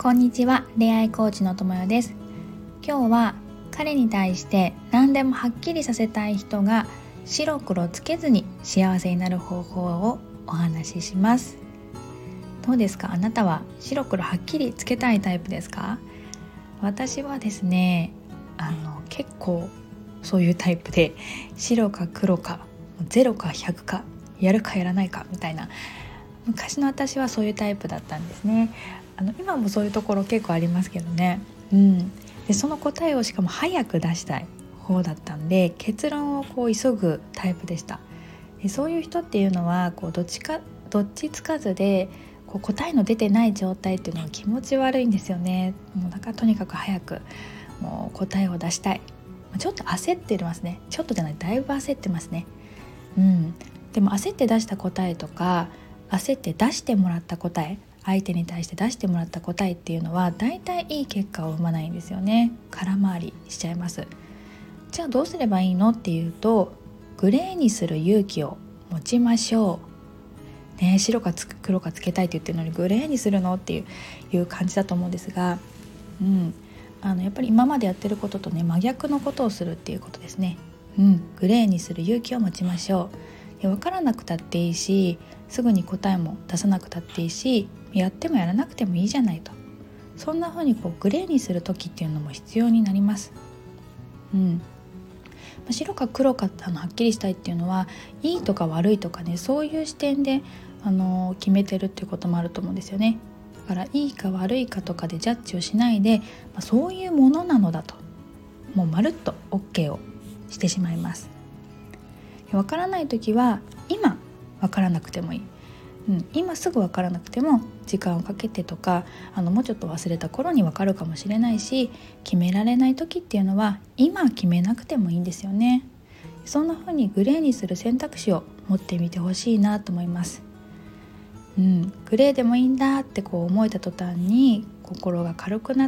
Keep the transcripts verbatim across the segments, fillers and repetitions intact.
こんにちは、恋愛コーチのともよです。今日は彼に対して何でもはっきりさせたい人が白黒つけずに幸せになる方法をお話しします。どうですか？あなたは白黒はっきりつけたいタイプですか？私はですね、あの結構そういうタイプで、白か黒かゼロかひゃくかやるかやらないかみたいな、昔の私はそういうタイプだったんですね。あの今もそういうところ結構ありますけどね、うん、でその答えをしかも早く出したい方だったんで、結論をこう急ぐタイプでした。でそういう人っていうのはこうどっちかどっちつかずで、こう答えの出てない状態っていうのは気持ち悪いんですよね。もうだからとにかく早くもう答えを出したい。ちょっと焦ってますね。ちょっとじゃない、だいぶ焦ってますね。うん、でも焦って出した答えとか、焦って出してもらった答え、相手に対して出してもらった答えっていうのはだいたいいい結果を生まないんですよね。空回りしちゃいます。じゃあどうすればいいのっていうと、グレーにする勇気を持ちましょう、ね、白か黒かつけたいって言ってるのにグレーにするのっていう、いう感じだと思うんですが、うん、あのやっぱり今までやってることとね真逆のことをするっていうことですね。うん、グレーにする勇気を持ちましょう。分からなくたっていいし、すぐに答えも出さなくたっていいし、やってもやらなくてもいいじゃないと、そんな風にこうグレーにする時っていうのも必要になります。うん、白か黒かあのはっきりしたいっていうのは、いいとか悪いとかね、そういう視点であの決めてるっていうこともあると思うんですよね。だからいいか悪いかとかでジャッジをしないで、まあ、そういうものなのだと、もうまるっと OK をしてしまいます。わからないときは今わからなくてもいい、うん、今すぐわからなくても時間をかけてとか、あのもうちょっと忘れた頃にわかるかもしれないし、決められないときっていうのは今決めなくてもいいんですよね。そんな風にグレーにする選択肢を持ってみてほしいなと思います。うん、グレーでもいいんだってこう思えた途端に心が軽くなって、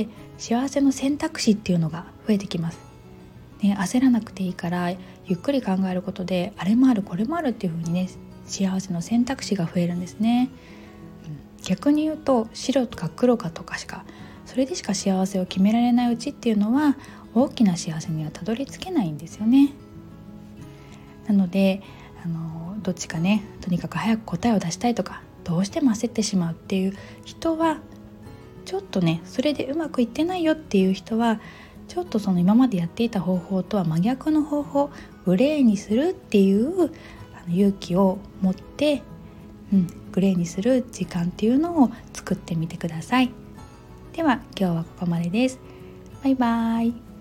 幸せの選択肢っていうのが増えてきます。ね、焦らなくていいからゆっくり考えることで、あれもあるこれもあるっていう風にね、幸せの選択肢が増えるんですね。うん、逆に言うと白か黒かとかしか、それでしか幸せを決められないうちっていうのは、大きな幸せにはたどり着けないんですよね。なのであのどっちかね、とにかく早く答えを出したいとか、どうしても焦ってしまうっていう人は、ちょっとねそれでうまくいってないよっていう人は、ちょっとその今までやっていた方法とは真逆の方法、グレーにするっていうあの勇気を持って、うん、グレーにする時間っていうのを作ってみてください。では今日はここまでです。バイバイ。